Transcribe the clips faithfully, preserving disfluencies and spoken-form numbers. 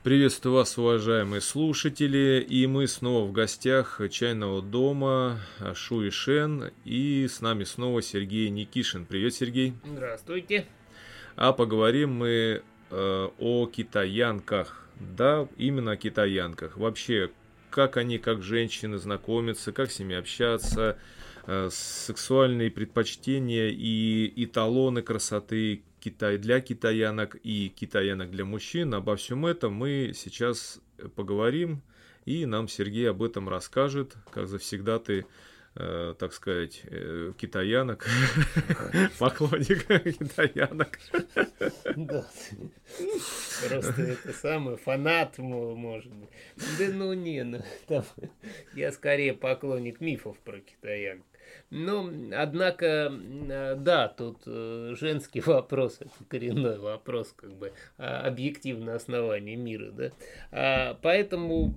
Приветствую вас, уважаемые слушатели, и мы снова в гостях чайного дома Шу и Шен, и с нами снова Сергей Никишин. Привет, Сергей. Здравствуйте. А поговорим мы э, о китаянках, да, именно о китаянках. Вообще, как они, как женщины, знакомятся, как с ними общаться, э, сексуальные предпочтения и эталоны красоты Китай для китаянок и китаянок для мужчин. Обо всем этом мы сейчас поговорим, и нам Сергей об этом расскажет, как завсегдатый, э, так сказать, э, китаянок, поклонник китаянок. Да. Просто это самый фанат, может быть. Да ну не, ну там я скорее поклонник мифов про китаянок. Но, однако, да, тут женский вопрос, это коренной вопрос, как бы, объективное основание мира, да. А, поэтому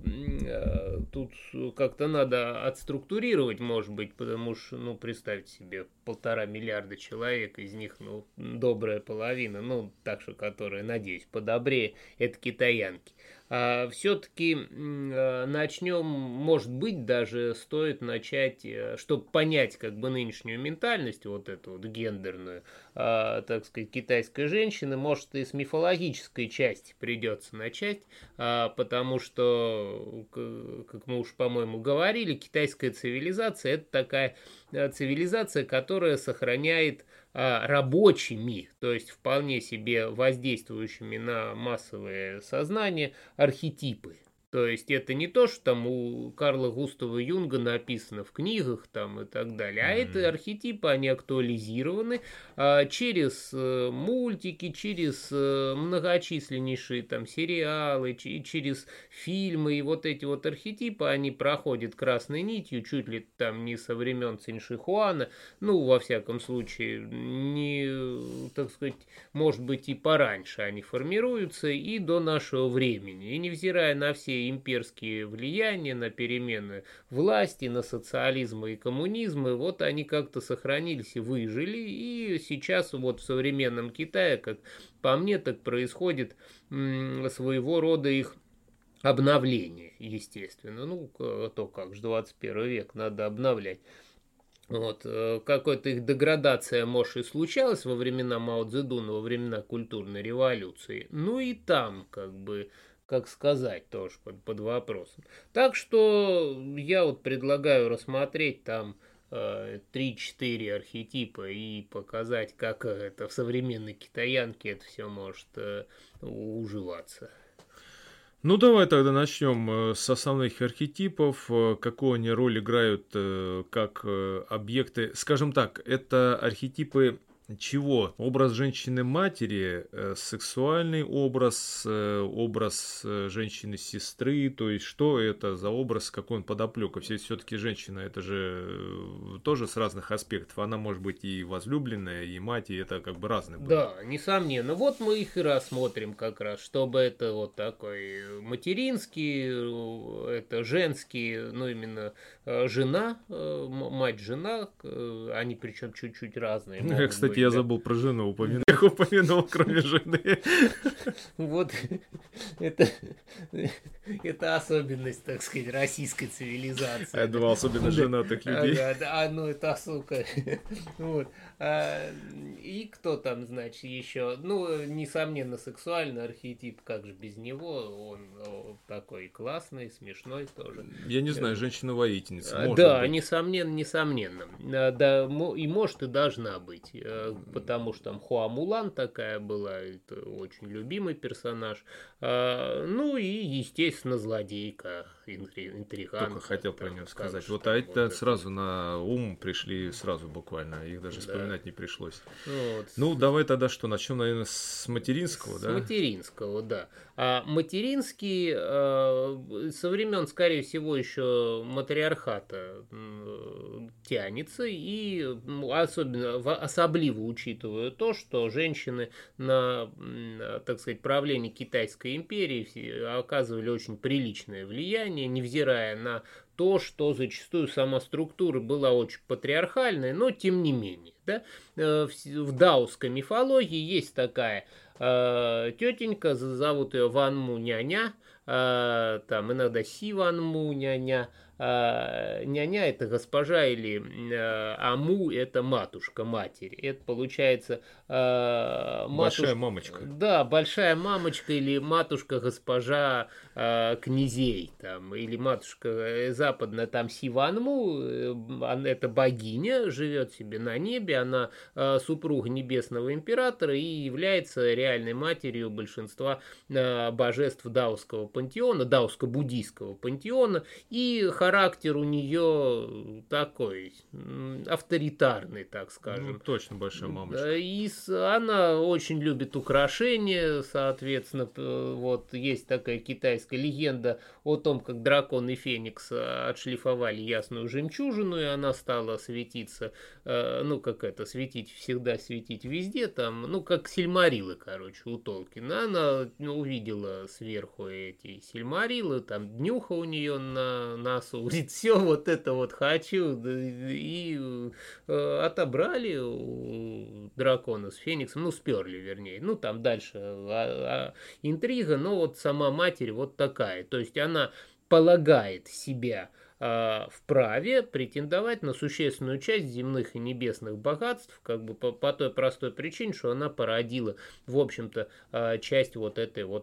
тут как-то надо отструктурировать, может быть, потому что, ну, представьте себе, полтора миллиарда человек, из них, ну, добрая половина, ну, так что, которые, надеюсь, подобрее, это китаянки. А, все-таки а, начнем, может быть, даже стоит начать, чтобы понять как бы нынешнюю ментальность, вот эту вот гендерную, а, так сказать, китайской женщины, может и с мифологической части придется начать, а, потому что, как мы уж, по-моему, говорили, китайская цивилизация — это такая цивилизация, которая сохраняет рабочими, то есть вполне себе воздействующими на массовое сознание архетипы. То есть это не то, что там у Карла Густава Юнга написано в книгах там и так далее, а Mm-hmm. это архетипы, они актуализированы а, через э, мультики, через э, многочисленнейшие там сериалы, ч- через фильмы, и вот эти вот архетипы, они проходят красной нитью, чуть ли там не со времен Цинь-Ши-Хуана, ну, во всяком случае, не, так сказать, может быть и пораньше они формируются, и до нашего времени, и невзирая на все имперские влияния, на перемены власти, на социализм и коммунизм, и вот они как-то сохранились и выжили, и сейчас вот в современном Китае, как по мне, так происходит м, своего рода их обновление, естественно. Ну, то как же двадцать первый век надо обновлять. Вот, какая-то их деградация, может, и случалась во времена Мао Цзэдуна, во времена культурной революции. Ну и там, как бы, как сказать, тоже под, под вопросом. Так что я вот предлагаю рассмотреть там три-четыре архетипа и показать, как это в современной китаянке это все может э, уживаться. Ну, давай тогда начнем с основных архетипов, какую они роль играют как объекты. Скажем так, это архетипы чего? Образ женщины-матери, сексуальный образ, образ женщины-сестры, то есть что это за образ, какой он подоплека? Все-таки женщина, это же тоже с разных аспектов, она может быть и возлюбленная, и мать, и это как бы разные. Да, несомненно. Вот мы их и рассмотрим как раз, чтобы это вот такой материнский, это женский, ну именно жена, мать-жена, они причем чуть-чуть разные. Я, кстати, быть, я да? забыл про жену упомянуть. Я их упомянул, кроме жены. Вот это, это особенность, так сказать, российской цивилизации. Я думал, особенно женатых людей. Да, да, ну это сука. Вот. И кто там, значит, еще? Ну, несомненно, сексуальный архетип, как же без него? Он такой классный, смешной тоже. Я не знаю, женщина-воительница. Да, быть. несомненно, несомненно. Да, и может, и должна быть. Потому что там Хуа Мулан такая была, это очень любимый персонаж. Ну и, естественно, злодейка, интриганка. Только хотел про нее сказать. Вот, а это вот сразу это... на ум пришли, сразу буквально. Их даже вспоминать да. не пришлось. Вот. Ну, давай тогда что, начнем, наверное, с материнского, с да? С материнского, да. А материнский э, со времен, скорее всего, еще матриархата э, тянется, и особенно, особливо учитывая то, что женщины на, так сказать, правлении Китайской империи оказывали очень приличное влияние, населения, невзирая на то, что зачастую сама структура была очень патриархальная, но тем не менее. Да? В даосской мифологии есть такая э, тетенька, зовут ее Ванму Няня, э, там иногда Си Ванму Няня. А, няня это госпожа или а, Аму это матушка, матерь. Это получается а, матуш... большая мамочка. Да, большая мамочка или матушка госпожа а, князей там, или матушка западная там Сиванму, это богиня, живет себе на небе, она а, супруга небесного императора и является реальной матерью большинства а, божеств даосского пантеона, даоско-буддийского пантеона, и характер у нее такой авторитарный, так скажем. Ну, точно большая мамочка. И она очень любит украшения, соответственно, вот есть такая китайская легенда о том, как дракон и феникс отшлифовали ясную жемчужину, и она стала светиться, ну, как это, светить всегда, светить везде, там, ну, как сильмарилы, короче, у Толкина. Она увидела сверху эти сильмарилы, там днюха у нее на носу, говорит, все вот это вот хочу, и э, отобрали у дракона с фениксом, ну, сперли, вернее, ну, там дальше а, а, интрига, но вот сама матерь вот такая, то есть она полагает себя э, вправе претендовать на существенную часть земных и небесных богатств, как бы по, по той простой причине, что она породила, в общем-то, э, часть вот этой вот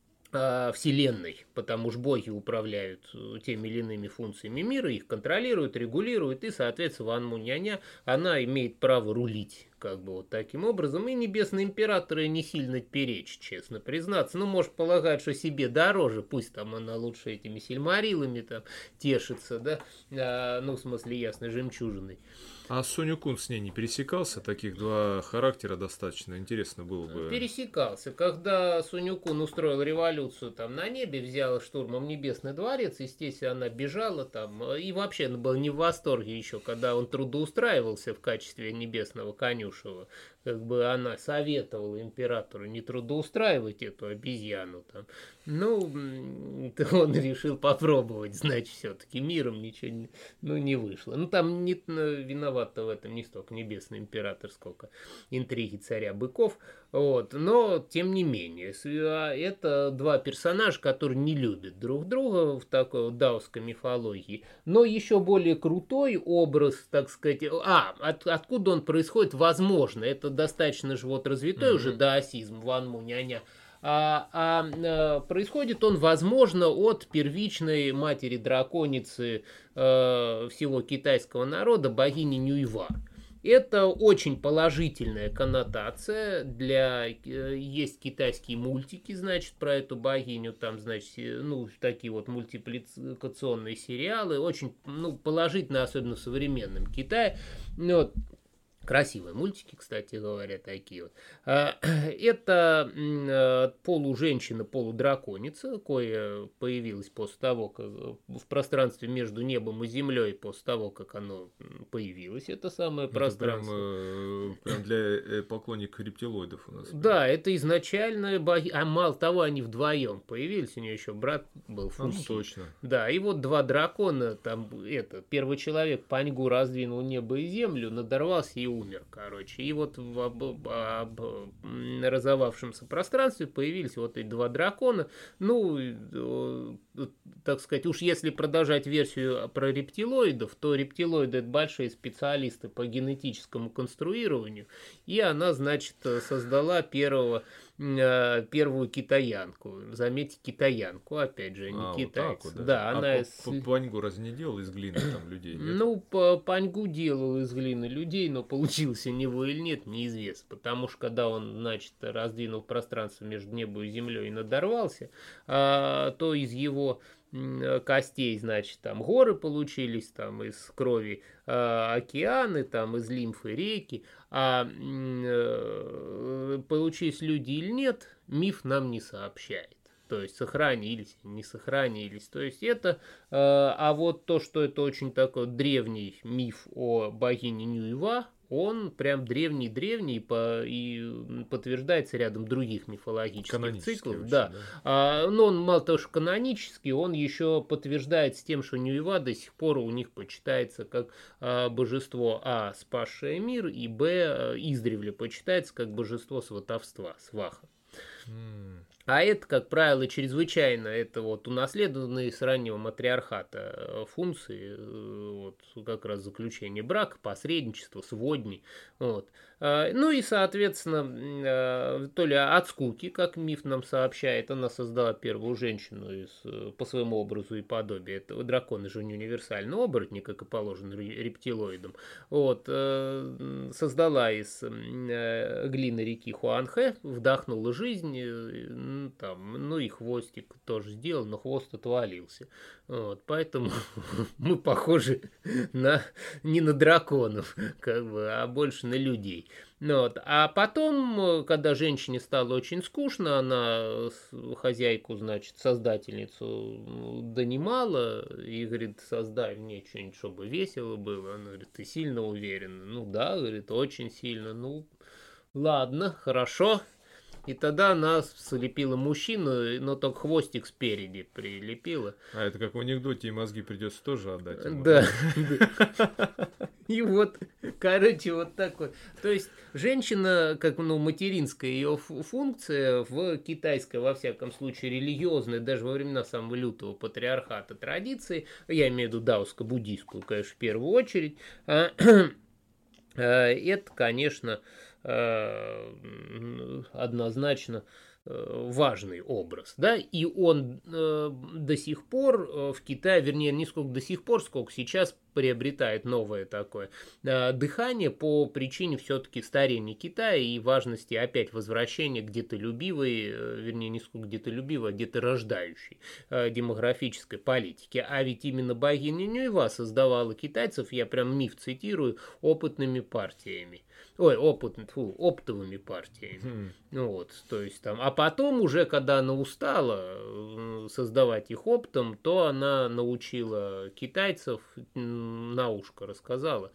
Вселенной, потому что боги управляют теми или иными функциями мира, их контролируют, регулируют, и, соответственно, Ванму Няня, она имеет право рулить, как бы вот таким образом, и небесные императоры не сильно перечь, честно признаться, ну, может, полагать, что себе дороже, пусть там она лучше этими сильмарилами там тешится, да, а, ну, в смысле, ясно, жемчужиной. А Соню Кун с ней не пересекался? Таких два характера достаточно. Интересно было бы. Пересекался. Когда Соню Кун устроил революцию там на небе, взяла штурмом Небесный дворец, естественно, она бежала там. И вообще она была не в восторге еще, когда он трудоустраивался в качестве небесного конюшева. Как бы она советовала императору не трудоустраивать эту обезьяну там. Ну, он решил попробовать, значит, все-таки миром ничего не, ну, не вышло. Ну, там не, виноват-то в этом не столько небесный император, сколько интриги царя быков. Вот. Но, тем не менее, это два персонажа, которые не любят друг друга в такой вот даосской мифологии. Но еще более крутой образ, так сказать... А, от, откуда он происходит, возможно. Это достаточно же вот развитой mm-hmm. уже даосизм, Ванму Няня. А, а, а происходит он, возможно, от первичной матери-драконицы э, всего китайского народа, богини Нюйва. Это очень положительная коннотация для... Есть китайские мультики, значит, про эту богиню, там, значит, ну, такие вот мультипликационные сериалы, очень, ну, положительно, особенно в современном Китае. Вот. Красивые мультики, кстати говоря, такие вот. Это полуженщина, полудраконица, кое появилась после того, как в пространстве между небом и землей, после того, как оно появилось, это самое пространство. Это прям, прям для поклонников рептилоидов у нас. Да, это изначально боги... А мало того, они вдвоем появились, у нее еще брат был Фуси. А, ну, точно. Да, и вот два дракона, там, это, первый человек Паньгу раздвинул небо и землю, надорвался и умер, короче. И вот в об, об, разовавшемся пространстве появились вот эти два дракона. Ну, так сказать, уж если продолжать версию про рептилоидов, то рептилоиды — это большие специалисты по генетическому конструированию. И она, значит, создала первого, первую китаянку. Заметьте, китаянку, опять же, не а, китайца. Вот вот, да. Да, а она... по, по, Паньгу разве не делал из глины там людей? Нет? Ну, по, Паньгу делал из глины людей, но получился него или нет, неизвестно. Потому что когда он, значит, раздвинул пространство между небом и землей и надорвался, а, то из его костей, значит, там горы получились, там из крови э, океаны, там из лимфы реки, а э, получились люди или нет, миф нам не сообщает. То есть сохранились, не сохранились. То есть это, э, а вот то, что это очень такой древний миф о богине Нюйва, он прям древний-древний по, и подтверждается рядом других мифологических циклов. Да. да. А, но он мало того, что канонический, он еще подтверждается тем, что Нюева до сих пор у них почитается как а, божество, а, спасшее мир, и, б, издревле почитается как божество сватовства, сваха. Mm. А это, как правило, чрезвычайно, это вот унаследованные с раннего матриархата функции, вот, как раз заключение брака, посредничество, сводни. Вот. Ну и, соответственно, то ли от скуки, как миф нам сообщает, она создала первую женщину из, по своему образу и подобию. Это драконы же не универсальный оборотни, как и положено рептилоидам. Вот. Создала из глины реки Хуанхэ, вдохнула жизнь, там, ну и хвостик тоже сделал, но хвост отвалился. Вот, поэтому мы похожи на, не на драконов, как бы, а больше на людей. Вот. А потом, когда женщине стало очень скучно, она хозяйку, значит, создательницу донимала и говорит, создай мне что-нибудь, чтобы весело было. Она говорит, ты сильно уверена? Ну да, говорит, очень сильно. Ну, ладно, хорошо. И тогда она слепила мужчину, но только хвостик спереди прилепила. А это как в анекдоте, и мозги придется тоже отдать. Ему, да. И вот, короче, вот так вот. То есть, женщина, как, ну, материнская ее функция в китайской, во всяком случае, религиозной, даже во времена самого лютого патриархата традиции, я имею в виду даоско-буддийскую, конечно, в первую очередь, это, конечно, однозначно важный образ, да, и он э, до сих пор э, в Китае, вернее, не сколько до сих пор, сколько сейчас приобретает новое такое э, дыхание по причине все-таки старения Китая и важности опять возвращения к детолюбивой, э, вернее, не сколько детолюбивой, а деторождающей э, демографической политике. А ведь именно богиня Нюева создавала китайцев, я прям миф цитирую, опытными партиями. Ой, опытными, фу, оптовыми партиями. Mm. Ну вот, то есть там, а потом уже, когда она устала создавать их оптом, то она научила китайцев, на ушко рассказала,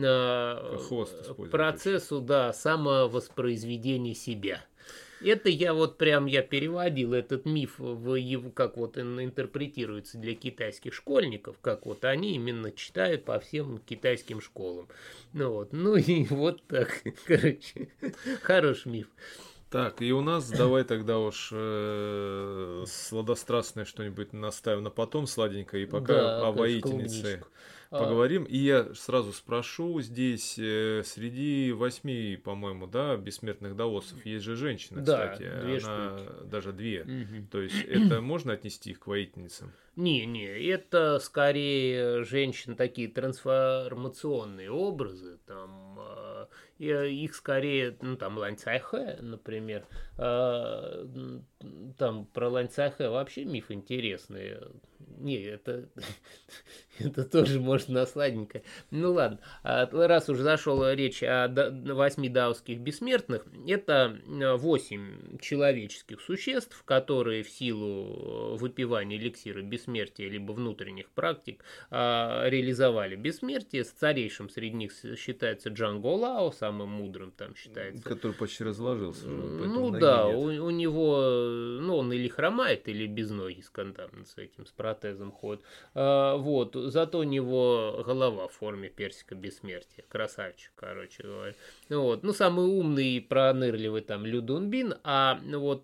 процессу, да, самовоспроизведения себя. Это я вот прям, я переводил этот миф в его, как вот он интерпретируется для китайских школьников, как вот они именно читают по всем китайским школам. Ну вот, ну и вот так, короче, хороший миф. Так, и у нас, давай тогда уж э, сладострастное что-нибудь наставим на потом, сладенькое, и пока да, о воительнице поговорим. И я сразу спрошу, здесь э, среди восьми, по-моему, да, бессмертных даосов есть же женщина, да, кстати, две она штуки. Даже две. Угу. То есть это можно отнести их к воительницам? Не, не, это скорее женщин такие трансформационные образы, там э, их скорее, ну там Лань Цайхэ, например, э, там про Лань Цайхэ вообще миф интересный. Не, это, это тоже можно сладенько. Ну ладно, раз уж зашла речь о восьми даосских бессмертных, это восемь человеческих существ, которые в силу выпивания эликсира бессмертия либо внутренних практик реализовали бессмертие. Старейшим среди них считается Джанго Лао, самым мудрым там считается. Который почти разложился. Ну да, у, у него, ну он или хромает, или без ноги с контактом с этим, с протезом ходит. А, вот, зато у него голова в форме персика бессмертия. Красавчик, короче говоря. Вот, ну самый умный и пронырливый там Лю Дунбин, а вот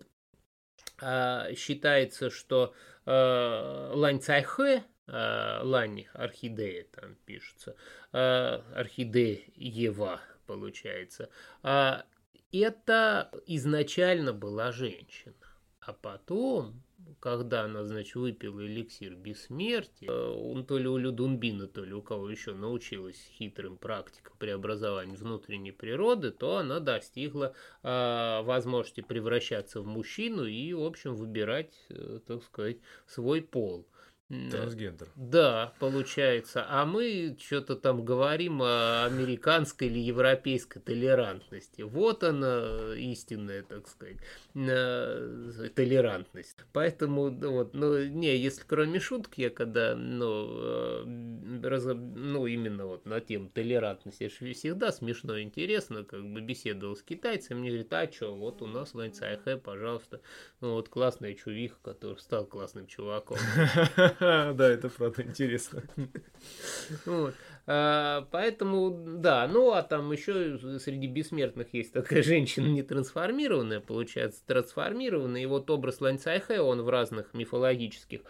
а, считается, что а, Лань Цайхэ, а, Лань орхидея там пишется, а, орхидеева получается, а, это изначально была женщина. А потом, когда она, значит, выпила эликсир бессмертия, он то ли у Людунбина, то ли у кого еще научилась хитрым практикам преобразования внутренней природы, то она достигла э, возможности превращаться в мужчину и, в общем, выбирать, э, так сказать, свой пол. Трансгендер. Да, получается. А мы что-то там говорим о американской или европейской толерантности. Вот она, истинная, так сказать, толерантность. Поэтому, вот, ну, не, если кроме шуток, я когда, ну, раз, ну, именно вот на тему толерантности, это же всегда смешно и интересно, как бы беседовал с китайцем, мне говорит, а что, вот у нас Лань Цайхэ, пожалуйста, ну, вот классная чувиха, который стал классным чуваком. Да, это правда интересно. Вот. А, поэтому, да, ну а там еще среди бессмертных есть такая женщина не трансформированная, получается, трансформированная. И вот образ Лань Цайхэ, он в разных мифологических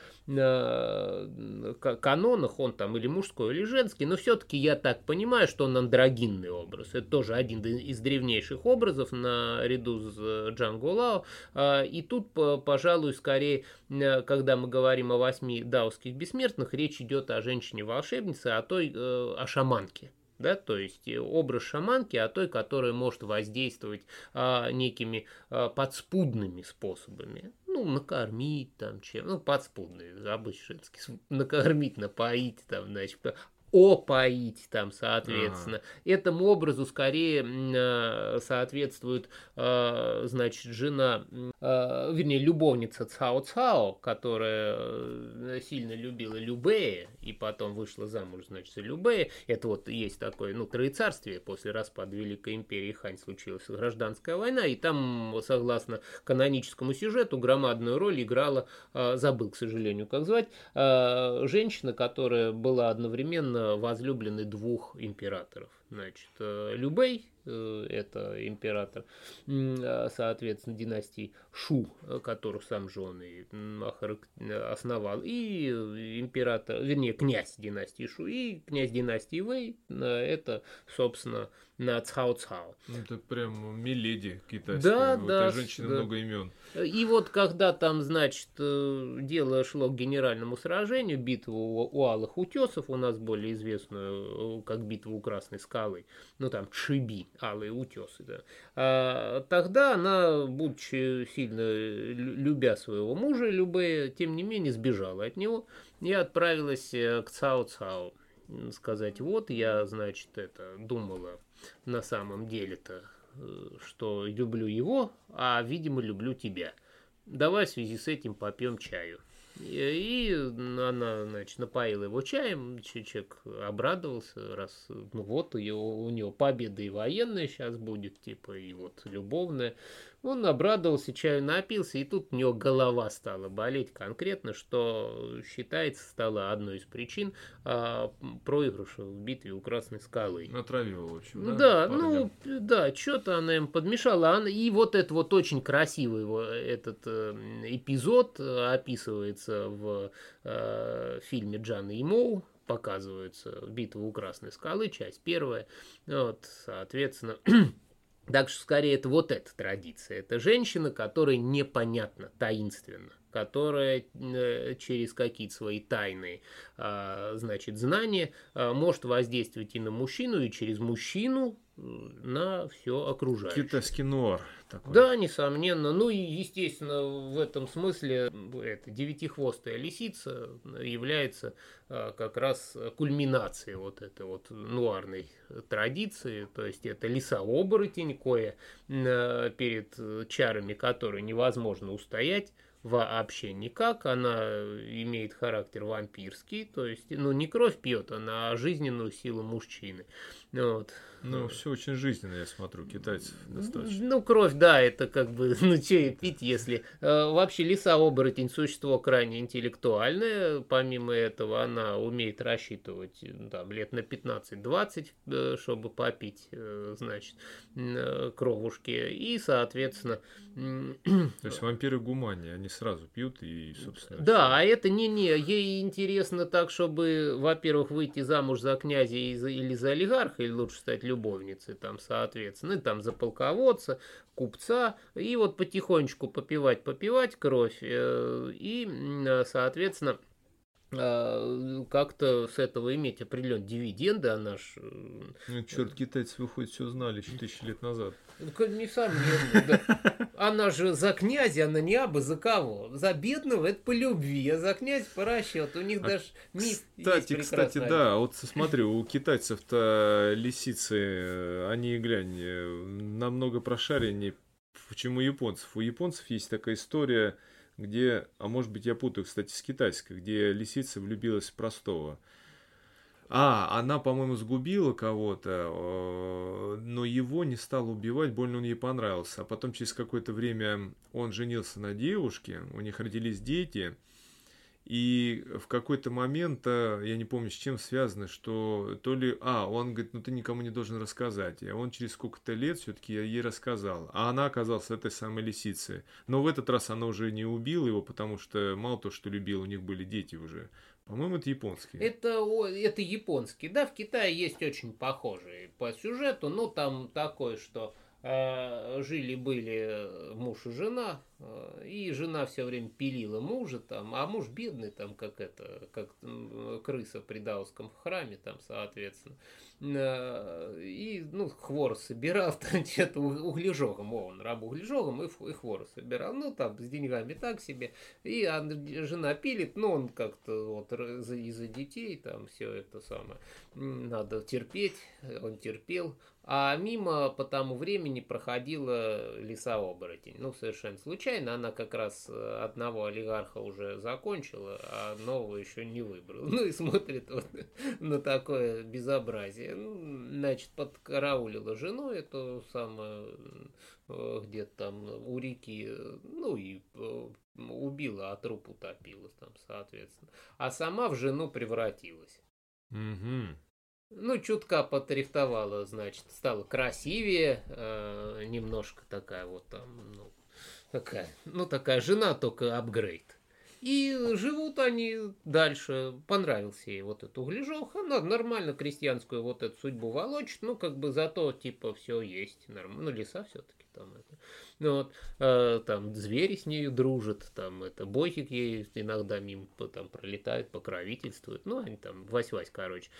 э, канонах, он там или мужской, или женский, но все-таки я так понимаю, что он андрогинный образ. Это тоже один из древнейших образов наряду с Джанго Лао. А, и тут, пожалуй, скорее, когда мы говорим о восьми даосских бессмертных, речь идет о женщине-волшебнице, о той, о шаманке. Да, то есть образ шаманки, а той, которая может воздействовать а, некими а, подспудными способами. Ну, накормить там чем, ну, подспудные, обычно, накормить, напоить там, значит, опоить там, соответственно. Ага. Этому образу скорее соответствует, значит, жена, вернее, любовница Цао Цао, которая сильно любила Лю Бэя и потом вышла замуж, значит, за Лю Бэя. Это вот есть такое, ну, троецарствие. После распада Великой империи Хань случилась гражданская война, и там, согласно каноническому сюжету, громадную роль играла, забыл, к сожалению, как звать, женщина, которая была одновременно возлюбленный двух императоров. Значит, Лю Бэй, это император, соответственно, династии Шу, которую сам же он и основал, и император, вернее, князь династии Шу, и князь династии Вэй, это, собственно, на Цао Цао. Это прям миледи китайская. Да, у да. этой женщины да. много имен. И вот когда там, значит, дело шло к генеральному сражению, битву у Алых Утесов, у нас более известную как битву у Красной Скалы, ну там Чжиби, Алые Утесы, да. А тогда она, будучи сильно любя своего мужа Лю Бэя, тем не менее сбежала от него и отправилась к Цао Цао. Сказать, вот я, значит, это думала на самом деле-то, что люблю его, а, видимо, люблю тебя. Давай в связи с этим попьем чаю. И она, значит, напоила его чаем, человек обрадовался, раз, ну вот, у него, у него победа и военная сейчас будет, типа, и вот любовная. Он обрадовался, чаю напился, и тут у него голова стала болеть конкретно, что считается стало одной из причин а, проигрыша в битве у Красной Скалы. Отравила, в общем, да? Да, ну, да, что-то она им подмешала. Она, и вот это вот очень красивый его, этот э, эпизод описывается в э, фильме Джана Имоу. Показывается битва у Красной Скалы, часть первая. Вот, соответственно... Так что, скорее, это вот эта традиция. Это женщина, которая непонятна, таинственна, которая э, через какие-то свои тайные э, значит, знания э, может воздействовать и на мужчину, и через мужчину на все окружающее. Китайский нуар такой. Да, несомненно. Ну и, естественно, в этом смысле эта девятихвостая лисица является а, как раз кульминацией вот этой вот нуарной традиции. То есть это лиса-оборотень, кое а, перед чарами которой невозможно устоять вообще никак. Она имеет характер вампирский, то есть, ну, не кровь пьет, она жизненную силу мужчины. Вот. Ну, все очень жизненно, я смотрю, китайцев достаточно. Ну, кровь, да, это как бы, ну, что и пить, если... Э, вообще, лиса-оборотень существо крайне интеллектуальное, помимо этого, она умеет рассчитывать, там, лет на пятнадцать-двадцать, э, чтобы попить, э, значит, э, кровушки, и, соответственно... Э, То есть вампиры гуманнее, они сразу пьют и, собственно... Да, а это не-не, ей интересно так, чтобы, во-первых, выйти замуж за князя или за олигарха, или лучше стать любовницей, там, соответственно, и там за полководца, купца, и вот потихонечку попивать, попивать кровь, и, соответственно, а, как-то с этого иметь определенные дивиденды, она ж... Ну, черт, китайцы, выходит, все знали еще тысячи лет назад. Несомненно, да. Она же за князя, она не абы за кого. За бедного это по любви, а за князя по расчету. У них А, даже миф кстати, есть кстати, прекрасный. да, вот смотри, у китайцев-то лисицы, они, глянь, э, намного прошареннее, чем у японцев. У японцев есть такая история, где, а может быть я путаю, кстати, с китайской, где лисица влюбилась в простого. А, она, по-моему, сгубила кого-то, э, но его не стал убивать, больно он ей понравился. А потом через какое-то время он женился на девушке, у них родились дети. И в какой-то момент, э, я не помню, с чем связано, что то ли... А, он говорит, ну ты никому не должен рассказать. И он через сколько-то лет все-таки ей рассказал. А она оказалась этой самой лисицей. Но в этот раз она уже не убила его, потому что мало то, что любила, у них были дети уже. По-моему, это японские. Это, это японский. Да, в Китае есть очень похожие по сюжету. Ну, там такое, что э, жили-были муж и жена, э, и жена все время пилила мужа, там, а муж бедный, там, как это, как э, крыса при даосском храме, там, соответственно. Э, и, ну, хворост собирал, там, где-то углежогом, о, он раб углежогом, и, и хворост собирал. Ну, там, с деньгами так себе. И она, жена пилит, но он как-то вот из-за детей, там, все это самое, надо терпеть, он терпел. А мимо по тому времени проходила лиса-оборотень. Ну, совершенно случайно. Она как раз одного олигарха уже закончила, а нового еще не выбрала. Ну, и смотрит вот на такое безобразие. Значит, подкараулила жену эту самую, где-то там у реки, ну, и убила, а труп утопила там, соответственно. А сама в жену превратилась. Угу. Ну, чутка подрихтовала, значит, стала красивее, э, немножко такая вот там, ну, такая, ну, такая жена, только апгрейд. И живут они дальше. Понравился ей вот этот углежок. Она нормально крестьянскую вот эту судьбу волочит. Ну, как бы зато, типа, все есть. Нормально. Ну, леса все-таки там это. Ну, вот, э, там звери с нею дружат. Там это бойкик ей иногда мимо там пролетают, покровительствуют. Ну, они там вась-вась, короче.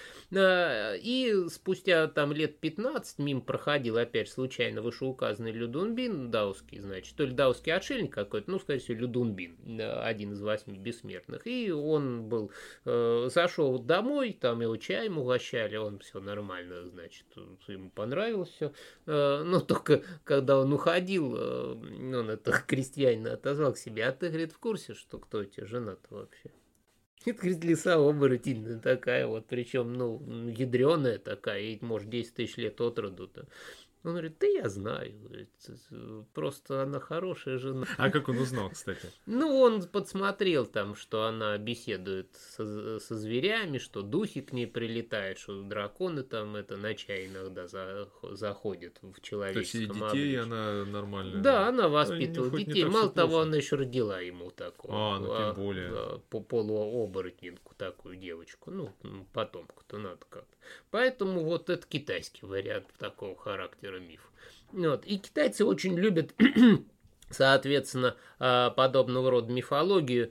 Э, и спустя там лет пятнадцать мимо проходил опять случайно вышеуказанный Людунбин даусский, значит. То ли даусский отшельник какой-то, ну, скорее всего, Людунбин. Один из восьми бессмертных. И он был, э, зашел домой, там его чаем угощали, он все нормально, значит, ему понравилось все. Э, но только когда он уходил, э, он это крестьянин отозвал к себе, а ты, говорит, в курсе, что кто у тебя жена-то вообще? Это, говорит, лиса-оборотень такая вот, причем, ну, ядреная такая, ей, может, десять тысяч лет от роду-то. Он говорит, да я знаю, говорит, просто она хорошая жена. А как он узнал, кстати? Ну, он подсмотрел там, что она беседует со, со зверями, что духи к ней прилетают, что драконы там это на чай иногда за, заходят в человеческом обличье. То есть и детей она нормально... Да, она воспитывала ну, детей. Мало того, она еще родила ему такую. А, ну тем более. А, по полуоборотнинку такую девочку. Ну, потомку-то надо как-то. Поэтому вот это китайский вариант такого характера мифа. Вот. И китайцы очень любят, соответственно, подобного рода мифологию,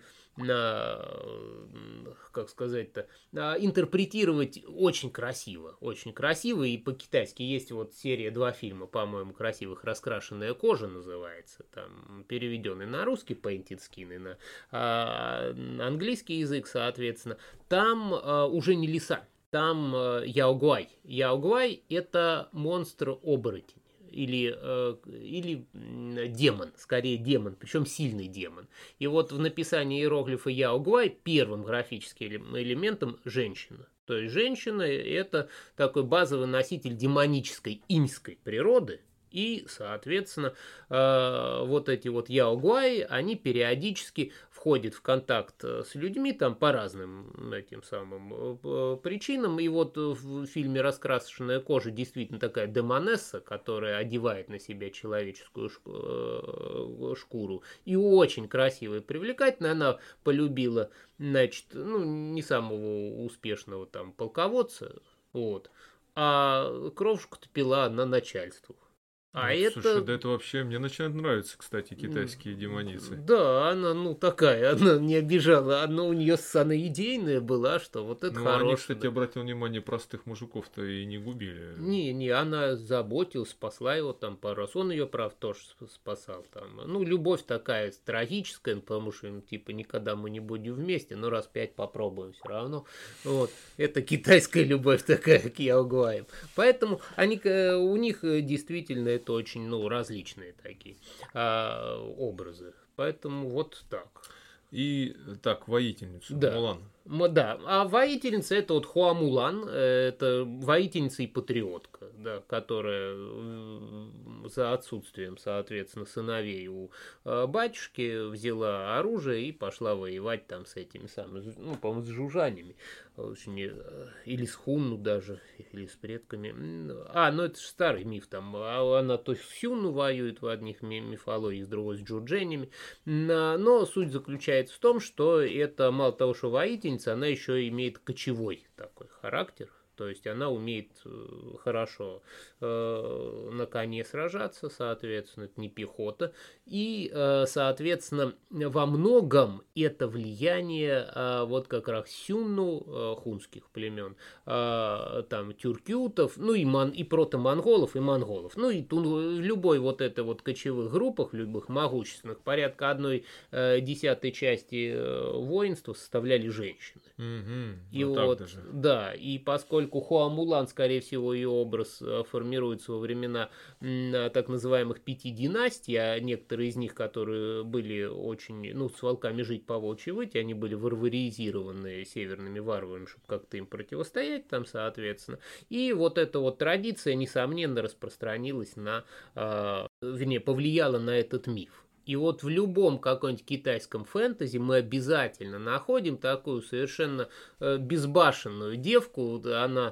как сказать-то, интерпретировать очень красиво. Очень красиво. И по-китайски есть вот серия, два фильма, по-моему, красивых, «Раскрашенная кожа» называется. Там переведенный на русский, Painted Skin, и на а, английский язык, соответственно. Там а, уже не лиса. Там э, Яогуай. Яогуай – это монстр-оборотень. Или, э, или демон, скорее демон, причем сильный демон. И вот в написании иероглифа Яогуай первым графическим элементом женщина. То есть женщина – это такой базовый носитель демонической иньской природы. И, соответственно, э, вот эти вот яогуаи, они периодически входят в контакт с людьми там по разным этим самым э, причинам. И вот в фильме «Раскрашенная кожа» действительно такая демонесса, которая одевает на себя человеческую шкуру. И очень красивая и привлекательная. Она полюбила, значит, ну, не самого успешного там полководца, вот, а кровушку-то пила на начальству. А ну, это... Слушай, да это вообще... Мне начинают нравиться, кстати, китайские демоницы. Да, она, ну, такая, она не обижала. Она у нее, она идейная была, что вот это Ну, хорошее. они, кстати, Да. обратил внимание, простых мужиков-то и не губили. Не, не, она заботилась, спасла его там пару раз. Он ее, прав, тоже спасал там. Ну, любовь такая трагическая, потому что, ну, типа, никогда мы не будем вместе, но раз пять попробуем все равно. Вот. Это китайская любовь такая, как Яогуаем. Поэтому они, у них действительно это очень, ну, различные такие а, образы. Поэтому вот так. И так, воительницу, Да. Мулан. Да, а воительница это вот Хуа Мулан, это воительница и патриотка, да, которая за отсутствием, соответственно, сыновей у батюшки взяла оружие и пошла воевать там с этими самыми, ну, по-моему, с жужжаниями, или с Хунну даже, или с предками. А, ну это же старый миф там, она то с Хунну воюет в одних мифологиях, с другой с джурдженями, но суть заключается в том, что это мало того, что воительница, она еще имеет кочевой такой характер. То есть она умеет хорошо э, на коне сражаться, соответственно, это не пехота. И, э, соответственно, во многом это влияние э, вот как раз сюнну, э, хунских племен, э, там тюркютов, ну и, мон, и протомонголов, и монголов. Ну и тун, в любой вот этой вот кочевых группах, в любых могущественных, порядка одной э, десятой части э, воинства составляли женщины. Угу, И вот, вот, так даже. да, и поскольку Хуа Мулан, скорее всего, ее образ формируется во времена так называемых пяти династий, а некоторые из них, которые были очень, ну, с волками жить по волчьи выйти, они были варваризированы северными варварами, чтобы как-то им противостоять там, соответственно. И вот эта вот традиция, несомненно, распространилась на, э, вернее, повлияла на этот миф. И вот в любом каком-нибудь китайском фэнтези мы обязательно находим такую совершенно э, безбашенную девку. Она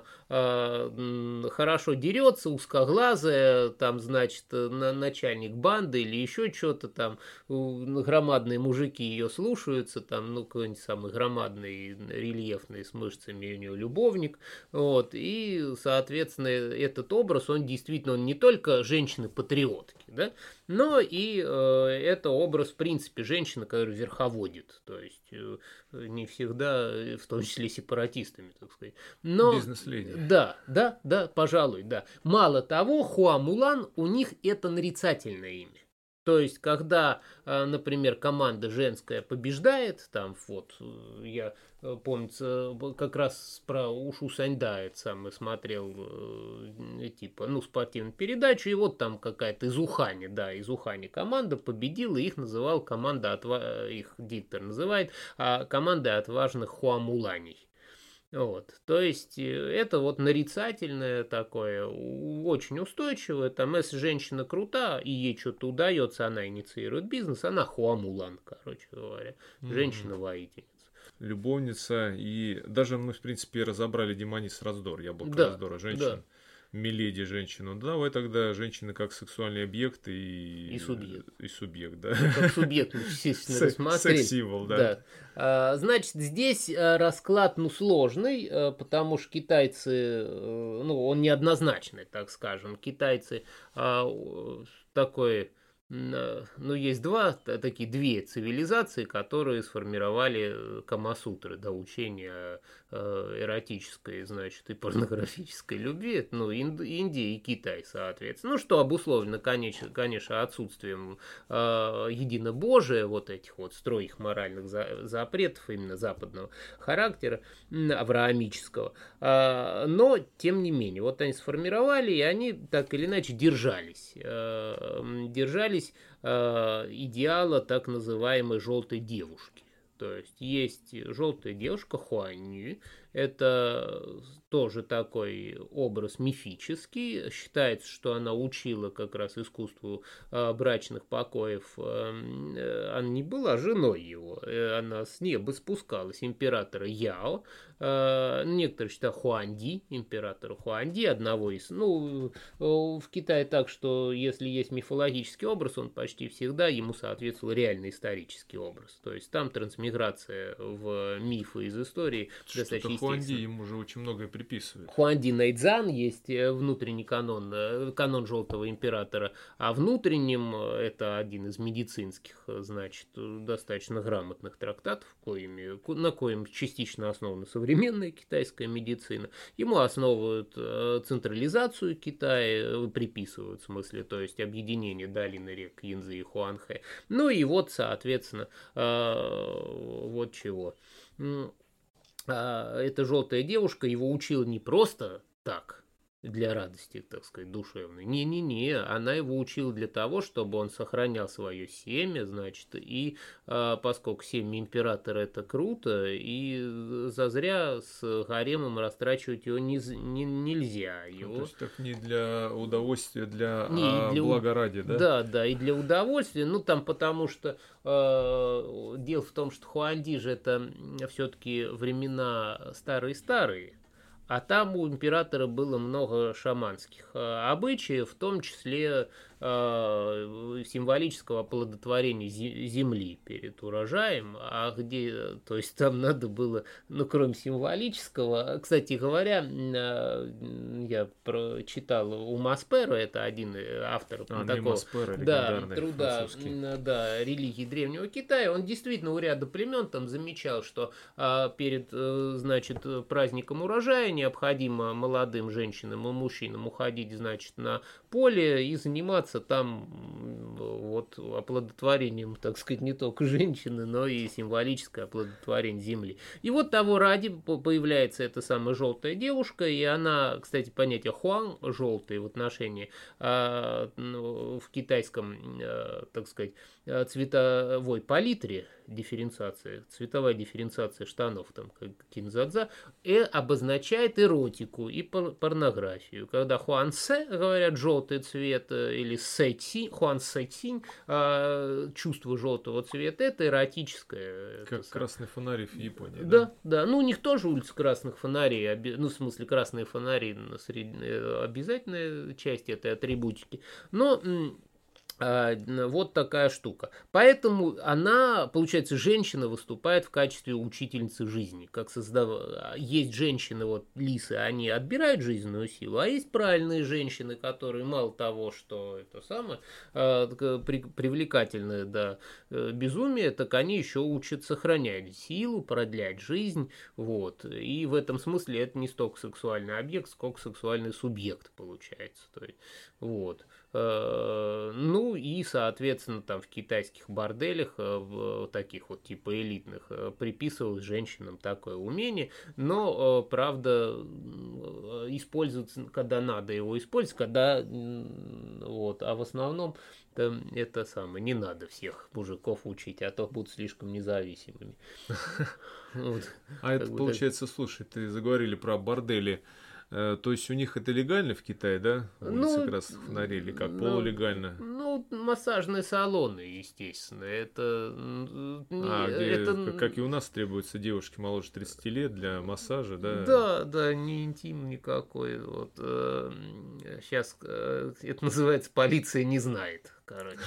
э, хорошо дерется, узкоглазая, там, значит, на, начальник банды или еще что-то там. Громадные мужики ее слушаются, там, ну, какой-нибудь самый громадный, рельефный, с мышцами у нее любовник. Вот. И, соответственно, этот образ, он действительно, он не только женщины-патриотки, да, но и э, это образ, в принципе, женщины, которая верховодит, то есть э, не всегда, в том числе сепаратистами, так сказать. Но, бизнес-леди. Да, да, да, пожалуй, да. Мало того, Хуа Мулан, у них это нарицательное имя. То есть, когда, например, команда женская побеждает, там вот, я, помнится, как раз про Ушу Саньда это самое смотрел, типа, ну, спортивную передачу, и вот там какая-то из Ухани, да, из Ухани команда победила, их называл команда, отва... их диктор называет, а команда отважных хуамуланей. Вот. То есть это вот нарицательное такое, очень устойчивое. Там, если женщина крута, и ей что-то удается, она инициирует бизнес, она хуамулан, короче говоря. Женщина-воительница. Любовница. И даже мы, в принципе, разобрали демониц раздор, яблоко да, раздора женщин. Да. Миледи женщину. Давай тогда женщины как сексуальный объект и... И субъект. И субъект, да. Ну, как субъект, естественно, рассмотреть. Секс-символ, да. да. А, значит, здесь расклад, ну, сложный, потому что китайцы, ну, он неоднозначный, так скажем. Китайцы а, такой... Ну, есть два, такие две цивилизации, которые сформировали Камасутры, да, учение эротической, значит, и порнографической любви, ну, Инд, Индия и Китай, соответственно. Ну, что обусловлено, конечно, конечно отсутствием э, единобожия, вот этих вот строгих моральных за, запретов, именно западного характера, авраамического. Э, но, тем не менее, вот они сформировали, и они так или иначе держались. Э, держались э, идеала так называемой желтой девушки. То есть есть желтая девушка Хуанни, это тоже такой образ мифический. Считается, что она учила как раз искусству э, брачных покоев. Э, она не была женой его, она с неба спускалась императора Яо. Э, некоторые считают Хуанди, императора Хуанди, одного из... Ну, в Китае так, что если есть мифологический образ, он почти всегда ему соответствовал реальный исторический образ. То есть там трансмиграция в мифы из истории Что-то достаточно Хуанди ему же очень многое приписывает. Хуанди Найдзан есть внутренний канон, канон Желтого Императора, а внутренним это один из медицинских, значит, достаточно грамотных трактатов, коими, на коем частично основана современная китайская медицина. Ему основывают централизацию Китая, приписывают в смысле, то есть объединение долины рек Янцзы и Хуанхэ. Ну и вот, соответственно, вот чего. Эта желтая девушка его учила не просто так, для радости, так сказать, душевной. Не-не-не, она его учила для того, чтобы он сохранял свое семя, значит, и а, поскольку семя императора это круто, и зазря с гаремом растрачивать его не, не, нельзя. Его... Ну, то есть так не для удовольствия, для, не, а для блага ради, да? Да, да, и для удовольствия, ну там потому что э, дело в том, что Хуанди же это все-таки времена старые-старые. А там у императора было много шаманских э, обычаев, в том числе э, символического оплодотворения земли перед урожаем, а где, то есть там надо было, ну кроме символического, кстати говоря, э, я прочитал у Маспера, это один автор а, такого Маспера, да, труда да, религии Древнего Китая, он действительно у ряда племен там замечал, что э, перед, э, значит, праздником урожая необходимо молодым женщинам и мужчинам уходить, значит, на поле и заниматься там вот оплодотворением, так сказать, не только женщины, но и символическое оплодотворение земли. И вот того ради появляется эта самая желтая девушка, и она, кстати, понятие хуан, желтый в отношении а, ну, в китайском, а, так сказать, цветовой палитре, дифференциация, цветовая дифференциация штанов, там, как кинзадза, и обозначает эротику и порнографию. Когда хуансе, говорят, желтый цвет, или сэцинь, хуансэцинь, чувство желтого цвета, это эротическое. Как это красный фонарь в Японии. Да, да, да. Ну, у них тоже улица красных фонарей, ну, в смысле, красные фонари, обязательная часть этой атрибутики. Но вот такая штука. Поэтому она, получается, женщина выступает в качестве учительницы жизни. Как создав... Есть женщины, вот лисы, они отбирают жизненную силу, а есть правильные женщины, которые мало того, что это самое при... привлекательное до безумия, так они еще учат сохранять силу, продлять жизнь. Вот. И в этом смысле это не столько сексуальный объект, сколько сексуальный субъект получается. То есть, вот. Ну и, соответственно, там в китайских борделях, в таких вот типа элитных, приписывалось женщинам такое умение, но, правда, используется, когда надо его использовать, когда, вот, а в основном это, это самое, не надо всех мужиков учить, а то будут слишком независимыми. А это получается, слушай, ты заговорили про бордели. То есть у них это легально в Китае, да? Улицы ну, красных фонарей, или как, ну, полулегально? Ну, массажные салоны, естественно. Это... А, где, это... как и у нас требуются девушки моложе тридцати лет для массажа, да? Да, да, не интим никакой. Вот, э, сейчас э, это называется «полиция не знает», короче.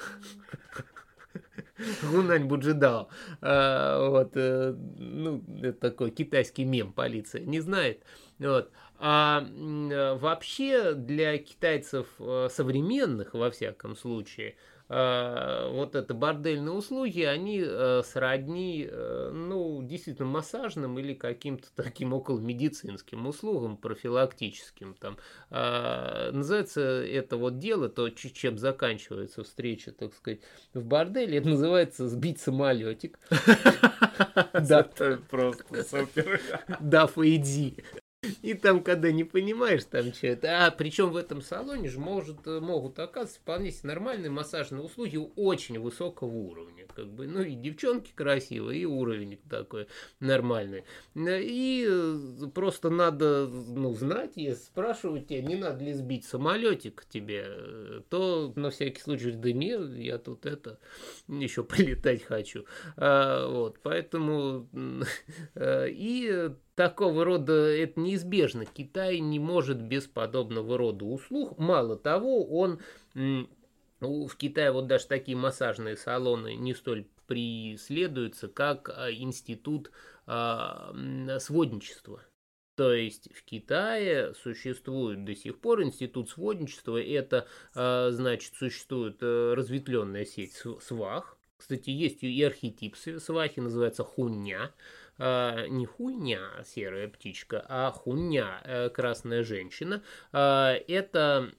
Гунань Буджидао. А, вот, э, ну, это такой китайский мем, полиция не знает. Вот. А вообще для китайцев современных, во всяком случае, вот это бордельные услуги, они сродни, ну, действительно массажным или каким-то таким околомедицинским услугам, профилактическим. Там. Называется это вот дело, то, чем заканчивается встреча, так сказать, в борделе, это называется сбить самолетик. Это просто супер. Да, Фэйдзи. И там, когда не понимаешь, там что-то... А, причем в этом салоне же может, могут оказываться вполне себе нормальные массажные услуги очень высокого уровня. Как бы, ну и девчонки красивые, и уровень такой нормальный. И просто надо, ну, знать, если спрашивают тебя, не надо ли сбить самолетик тебе, то на всякий случай, да нет, я тут это, еще полетать хочу. А, вот, поэтому... И... Такого рода это неизбежно. Китай не может без подобного рода услуг. Мало того, он в Китае вот даже такие массажные салоны не столь преследуется как институт сводничества. То есть в Китае существует до сих пор институт сводничества. Это, значит, существует разветвленная сеть свах. Кстати, есть и архетип свахи, называется хуння. Не хуйня, серая птичка, а хуння, красная женщина. Это,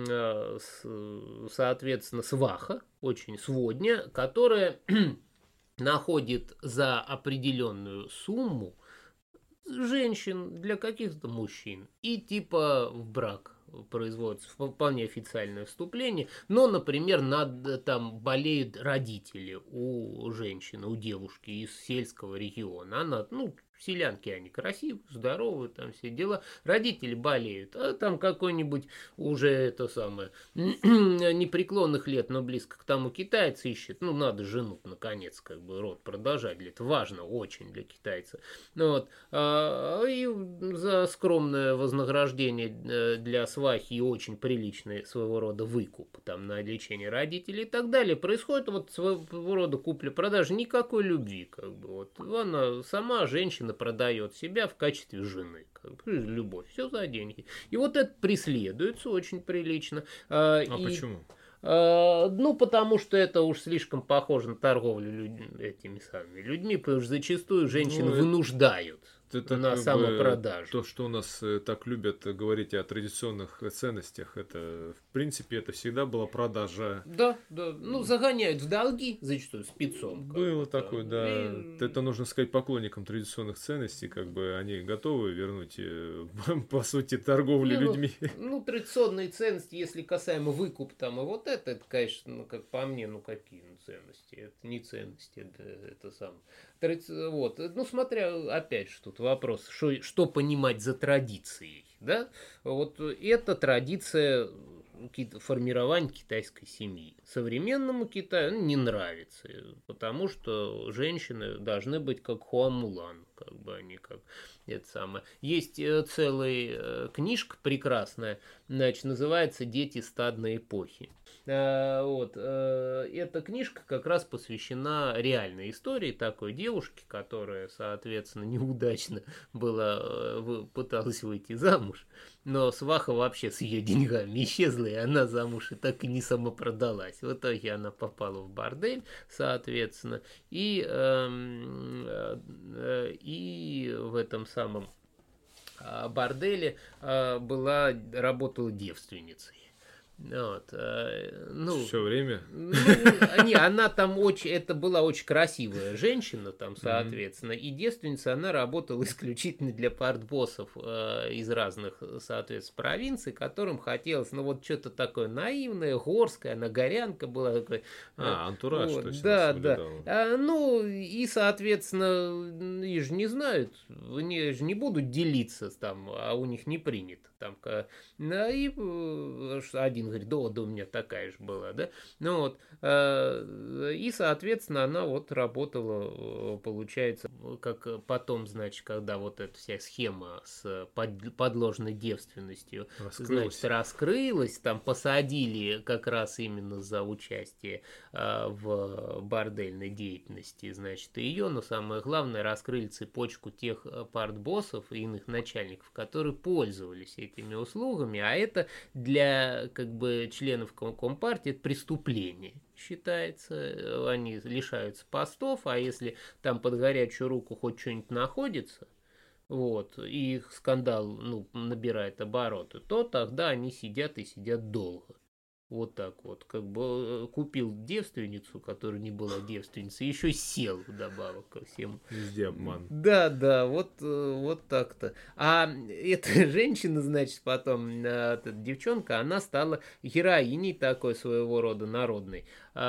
соответственно, сваха, очень сводня, которая находит за определенную сумму женщин для каких-то мужчин и типа в брак производится вполне официальное вступление, но, например, над, там болеют родители у женщины, у девушки из сельского региона, она, ну, селянки они красивые, здоровые, там все дела, родители болеют, а там какой-нибудь уже это самое непреклонных лет, но близко к тому китайца ищет, ну, надо жену, наконец, как бы род продолжать, для это важно очень для китайца, ну, вот, а, и за скромное вознаграждение для свахи и очень приличный своего рода выкуп там на лечение родителей и так далее, происходит вот своего рода купля-продажа, никакой любви, как бы, вот, она сама, женщина, продает себя в качестве жены. Как бы, любовь, все за деньги. И вот это преследуется очень прилично. А, а и, почему? А, ну, потому что это уж слишком похоже на торговлю людьми, этими самыми людьми, потому что зачастую женщин ну, вынуждают. Это на самопродажу. То, что у нас так любят говорить о традиционных ценностях, это, в принципе, это всегда была продажа. Да, да. Ну, загоняют в долги, зачастую, спецом. Было такое, да. И... Это нужно сказать поклонникам традиционных ценностей, как бы они готовы вернуть, по сути, торговлю Не, людьми. Ну, ну, традиционные ценности, если касаемо выкупа там и вот это, это, конечно, ну, как по мне, ну, какие ну, ценности? Это не ценности, это, это самое. Вот. Ну, смотря, опять же, тут вопрос, что, что понимать за традицией, да? Вот это традиция формирования китайской семьи. Современному Китаю не нравится, потому что женщины должны быть как Хуамулан, как бы они как это самое. Есть целая книжка прекрасная, значит, называется «Дети стадной эпохи». Вот. Эта книжка как раз посвящена реальной истории такой девушки, которая, соответственно, неудачно была, пыталась выйти замуж, но сваха вообще с ее деньгами исчезла, и она замуж и так и не самопродалась. В итоге она попала в бордель, соответственно, и, и в этом самом борделе была, работала девственницей. Вот, ну, все время? Ну, не, она там очень, это была очень красивая женщина, там, соответственно, mm-hmm. и девственница, она работала исключительно для партбоссов э, из разных, соответственно, провинций, которым хотелось, ну, вот что-то такое наивное, горское, она горянка была. Такой, а, антураж, вот, точно. Да, да. А, ну, и, соответственно, их же не знают, они же не будут делиться там, а у них не принято. Там, и один говорит, да, да, у меня такая же была, да, ну вот, и, соответственно, она вот работала, получается, как потом, значит, когда вот эта вся схема с подложной девственностью, раскрылась. значит, раскрылась, там посадили как раз именно за участие в бордельной деятельности, значит, ее, но самое главное, раскрыли цепочку тех партбоссов и иных начальников, которые пользовались этими услугами, а это для, как бы, членов Компартии это преступление считается, они лишаются постов, а если там под горячую руку хоть что-нибудь находится, вот, и их скандал, ну, набирает обороты, то тогда они сидят и сидят долго. Вот так вот, как бы купил девственницу, которая не была девственницей, еще сел вдобавок ко всему. Везде обман. Да, да, вот, вот так-то. А эта женщина, значит, потом, эта девчонка, она стала героиней такой своего рода народной.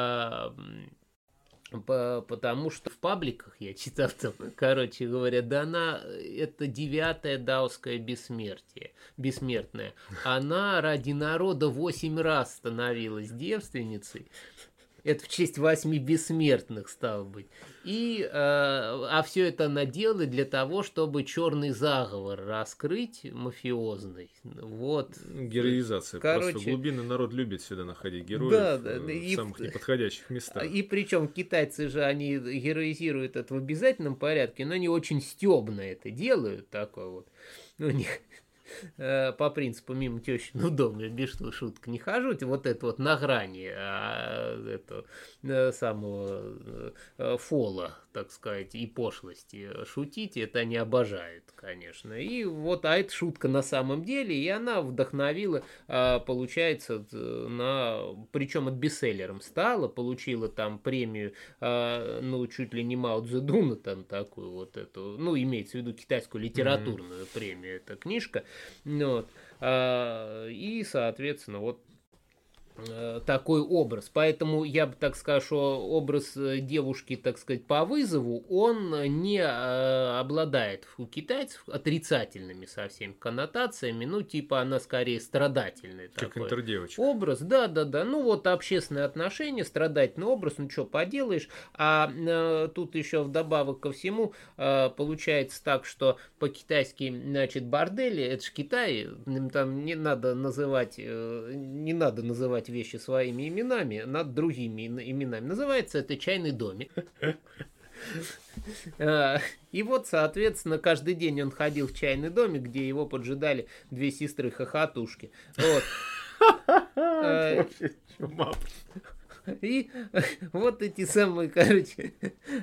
Потому что в пабликах я читал там, короче говоря, да она, это девятое даосское бессмертие, бессмертное. Она ради народа восемь раз становилась девственницей. Это в честь восьми бессмертных, стало быть. И, э, а все это она делает для того, чтобы черный заговор раскрыть, мафиозный. Вот. Героизация. Короче, просто глубинный народ любит сюда находить героев, да, да, в и, самых неподходящих местах. И причем китайцы же, они героизируют это в обязательном порядке, но они очень стебно это делают, такое вот. У них по принципу мимо тещи, ну, дома, без шуток не хожу, вот это вот на грани а, это, самого фола, так сказать, и пошлости шутить, это они обожают, конечно. И вот, а эта шутка на самом деле, и она вдохновила, получается, на, причем от бестселлером стала, получила там премию, ну, чуть ли не Мао Цзэдуна, там такую вот эту, ну, имеется в виду китайскую литературную mm-hmm. премию, эта книжка. Вот. И, соответственно, вот такой образ. Поэтому я бы так скажу, что образ девушки, так сказать, по вызову, он не обладает у китайцев отрицательными совсем коннотациями. Ну, типа, она скорее страдательный как такой интердевочка. Образ. Да, да, да. Ну, вот общественные отношения, страдательный образ, ну, что поделаешь. А э, тут еще вдобавок ко всему э, получается так, что по-китайски, значит, бордели, это же Китай, там не надо называть, э, не надо называть вещи своими именами, над другими именами. Называется это чайный домик. И вот, соответственно, каждый день он ходил в чайный домик, где его поджидали две сестры-хохотушки. Вот. И вот эти самые, короче,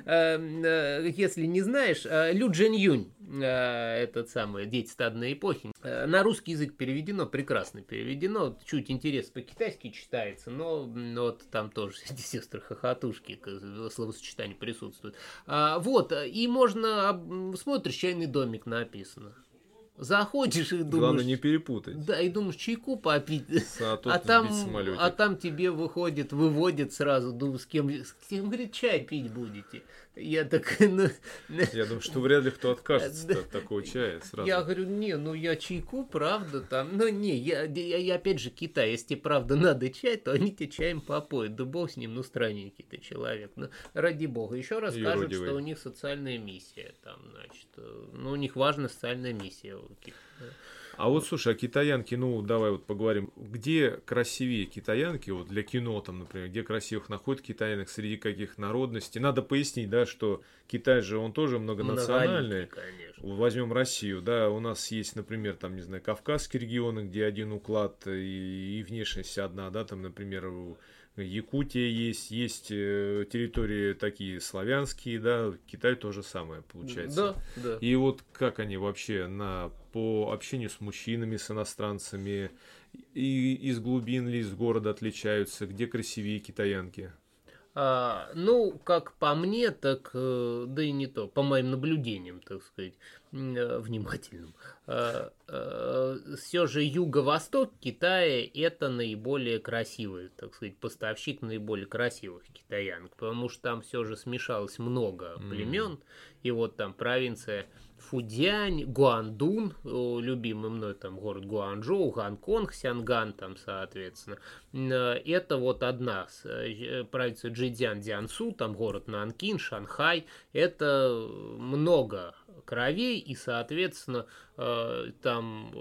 если не знаешь, Лю Джин Юнь, этот самый «Дети стадной эпохи», на русский язык переведено, прекрасно переведено, чуть интересно по-китайски читается, но, но вот там тоже эти сестры-хохотушки, словосочетание присутствует. Вот, и можно, смотришь, чайный домик написано. Заходишь и думаешь... Главное не перепутать. Да, и думаешь, чайку попить. А, а, там, а там тебе выходит, выводит сразу, думаю, с кем, с кем, говорит, чай пить будете. Я так... Ну, я думаю, что вряд ли кто откажется от такого чая сразу. Я говорю, не, ну я чайку, правда, там... Ну не, я, я, я опять же Китай, если тебе правда надо чай, то они тебе чаем попоют. Да бог с ним, ну странненький ты человек. Ну, ради бога. Еще раз скажут, что у них социальная миссия. Там, значит, ну у них важна социальная миссия. А вот, слушай, а китаянки, ну, давай вот поговорим, где красивее китаянки, вот для кино там, например, где красивых находят китаянок, среди каких народностей? Надо пояснить, да, что Китай же, он тоже многонациональный. Возьмем Россию, да, у нас есть, например, там, не знаю, Кавказские регионы, где один уклад и, и внешность одна, да, там, например, Якутия есть, есть территории такие славянские, да, Китай то же самое получается. Да, да. И вот как они вообще на, по общению с мужчинами, с иностранцами, и из глубин ли, из города отличаются, где красивее китаянки? А, ну, как по мне, так, да и не то, по моим наблюдениям, так сказать, внимательным. А, а, все же юго-восток Китая это наиболее красивый, так сказать, поставщик наиболее красивых китаянок, потому что там все же смешалось много племен, mm. и вот там провинция Фудянь, Гуандун, любимый мной там город Гуанчжоу, Гонконг, Сянган там, соответственно. Это вот одна провинция Чжэцзян, Цзянсу, там город Нанкин, Шанхай. Это много кровей, и, соответственно, там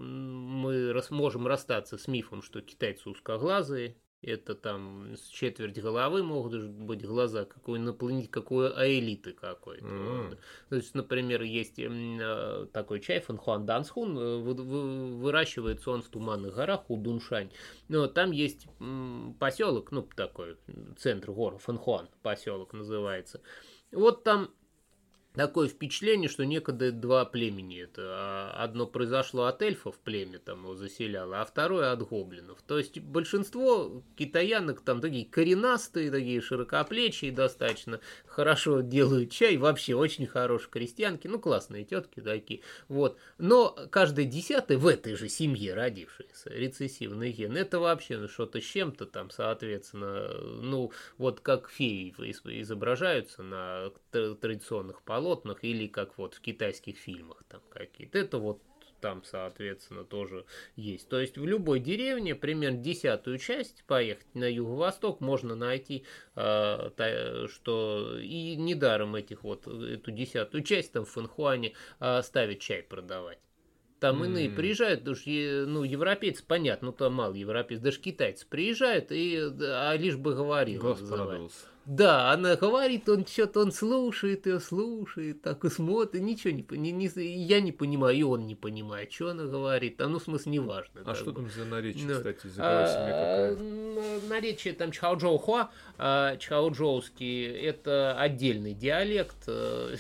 мы можем расстаться с мифом, что китайцы узкоглазые. Это там с четверть головы могут быть глаза, какой инопланетянин, какой аэлиты какой-то. Mm. То есть, например, есть такой чай Фэнхуан Дансхун, выращивается он в Туманных горах у Дуншань. Но там есть поселок, ну такой, центр гор, Фэнхуан поселок называется. Вот там такое впечатление, что некогда два племени. Это одно произошло от эльфов, племя там его заселяло, а второе от гоблинов. То есть большинство китаянок там такие коренастые, такие широкоплечие, достаточно хорошо делают чай, вообще очень хорошие крестьянки, ну классные тетки такие. Вот. Но каждая десятая в этой же семье родившаяся, рецессивный ген, это вообще ну, что-то с чем-то там, соответственно, ну вот как феи изображаются на традиционных полотнах, или как вот в китайских фильмах там какие-то. Это вот там, соответственно, тоже есть. То есть в любой деревне примерно десятую часть поехать на юго-восток можно найти, э, та, что и недаром этих вот, эту десятую часть там в Фэнхуане э, ставят чай продавать. Там иные М. приезжают, уж, ну, европейцы, понятно, ну, там мало европейцев, даже китайцы приезжают, и, а лишь бы говорил. Глаз называют. порадовался. Да, она говорит, он что-то, он слушает ее, слушает, так и смотрит, ничего не, не, не я не понимаю, и он не понимает, что она говорит, а ну, в смысле, неважно. А что бы. там за наречие, Ну, кстати, языковая семья какая? а, наречие там чхаоджоухуа, а, чхаоджоуский, это отдельный диалект э,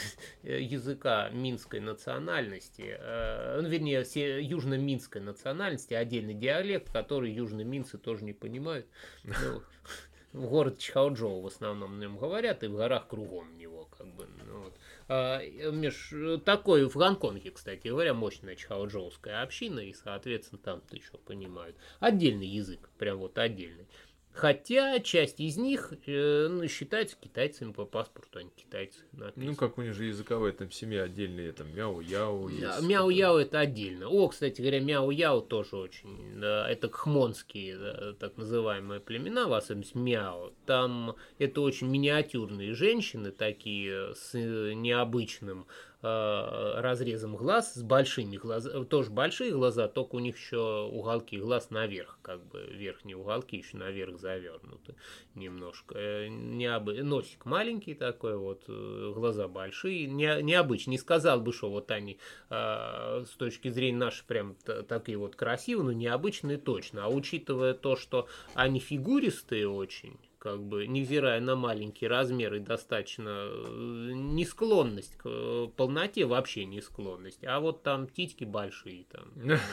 языка минской национальности, э, ну, вернее, все южно-минской национальности, отдельный диалект, который южно-минцы тоже не понимают. Ну, в город Чхаоджоу в основном на нем говорят, и в горах кругом него, как бы, ну, вот. А, меж, такой в Гонконге, кстати говоря, мощная чхаоджоуская община, и, соответственно, там-то еще понимают. Отдельный язык, прям вот отдельный. Хотя часть из них э, ну, считается китайцами по паспорту, они китайцы. Написано. Ну, как у них же языковая там семья отдельная, там мяу-яу есть. Мяу-яу это отдельно. О, кстати говоря, мяу-яу тоже очень. Да, это кхмонские, да, так называемые племена, в особенности мяу. Там это очень миниатюрные женщины, такие с необычным э, разрезом глаз, с большими глазами, тоже большие глаза, только у них еще уголки глаз наверх, как бы верхние уголки еще наверх завернуты немножко. Э, необы... Носик маленький такой, вот, глаза большие, не, необычно. Не сказал бы, что вот они э, с точки зрения нашей прям такие вот красивые, но необычные точно. А учитывая то, что они фигуристые очень, как бы, невзирая на маленькие размеры, достаточно не склонность к полноте, вообще не склонность, а вот там титьки большие, там,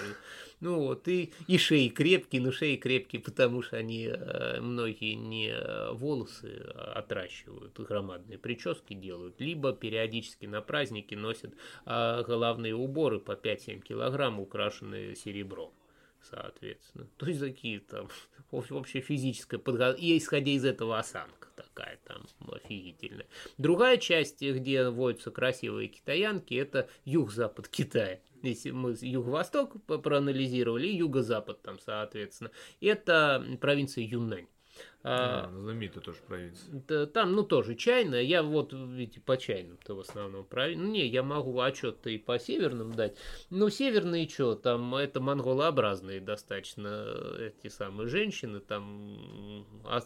ну вот, и, и шеи крепкие, но шеи крепкие, потому что они, многие не волосы отращивают, громадные прически делают, либо периодически на праздники носят головные уборы по пять-семь килограмм, украшенные серебром. Соответственно. То есть такие там общая физическая подготовка. И исходя из этого осанка такая там офигительная. Другая часть, где водятся красивые китаянки, это юг-запад Китая. Если мы юго-восток проанализировали, и юго-запад там, соответственно. Это провинция Юннань. А, знаменитая тоже провинция. Там, ну, тоже чайная. Я вот, видите, по чайным-то в основном правильно. Ну, не, я могу отчет-то и по северным дать. Ну, северные что, там, это монголообразные достаточно эти самые женщины. Там а,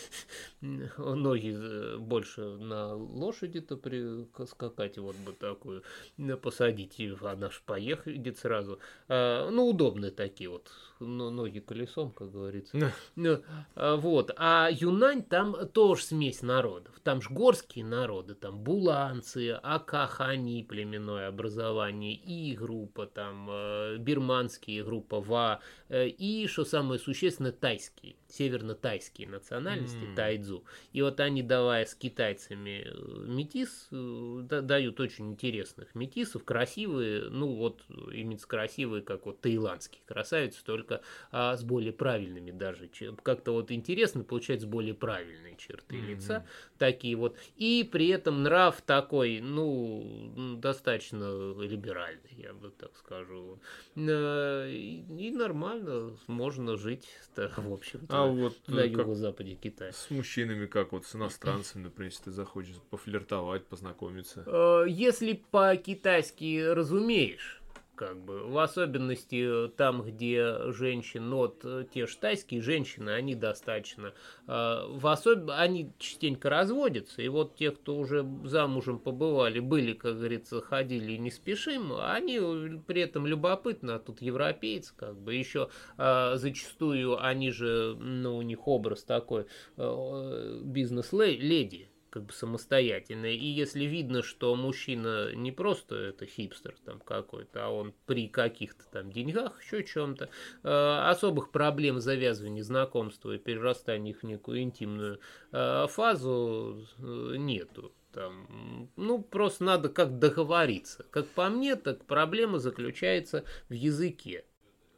ноги больше на лошади-то прискакать, вот бы такую посадить, и она ж поедет сразу. А, ну, удобные такие вот, ноги колесом, как говорится. Вот. А Юннань там тоже смесь народов. Там ж горские народы, там буланцы, акахани, племенное образование, и группа, там бирманские, группа Ва, и, что самое существенное, тайские, северно-тайские национальности, mm. тайцзу. И вот они, давая с китайцами метис, дают очень интересных метисов, красивые, ну вот именно красивые, как вот таиландские красавицы, только а, с более правильными даже. Как-то вот интересно, получается, более правильные черты mm-hmm. лица, такие вот. И при этом нрав такой, ну, достаточно либеральный, я бы так скажу. И нормально, можно жить, в общем-то, а вот на юго-западе Китая. С мужчинами, как вот с иностранцами, например, если ты захочешь пофлиртовать, познакомиться. Если по-китайски разумеешь, как бы, в особенности там, где женщины, ну, вот те же тайские женщины, они достаточно, э, в особ... они частенько разводятся, и вот те, кто уже замужем побывали, были, как говорится, ходили и не спешим, они при этом любопытны, а тут европейцы, как бы, еще э, зачастую они же, ну, у них образ такой, э, бизнес-леди, как бы самостоятельная. И если видно, что мужчина не просто это хипстер там какой-то, а он при каких-то там деньгах, еще чем-то, э, особых проблем завязывания знакомства и перерастания их в некую интимную э, фазу э, нету. Там, ну, просто надо как договориться. Как по мне, так проблема заключается в языке.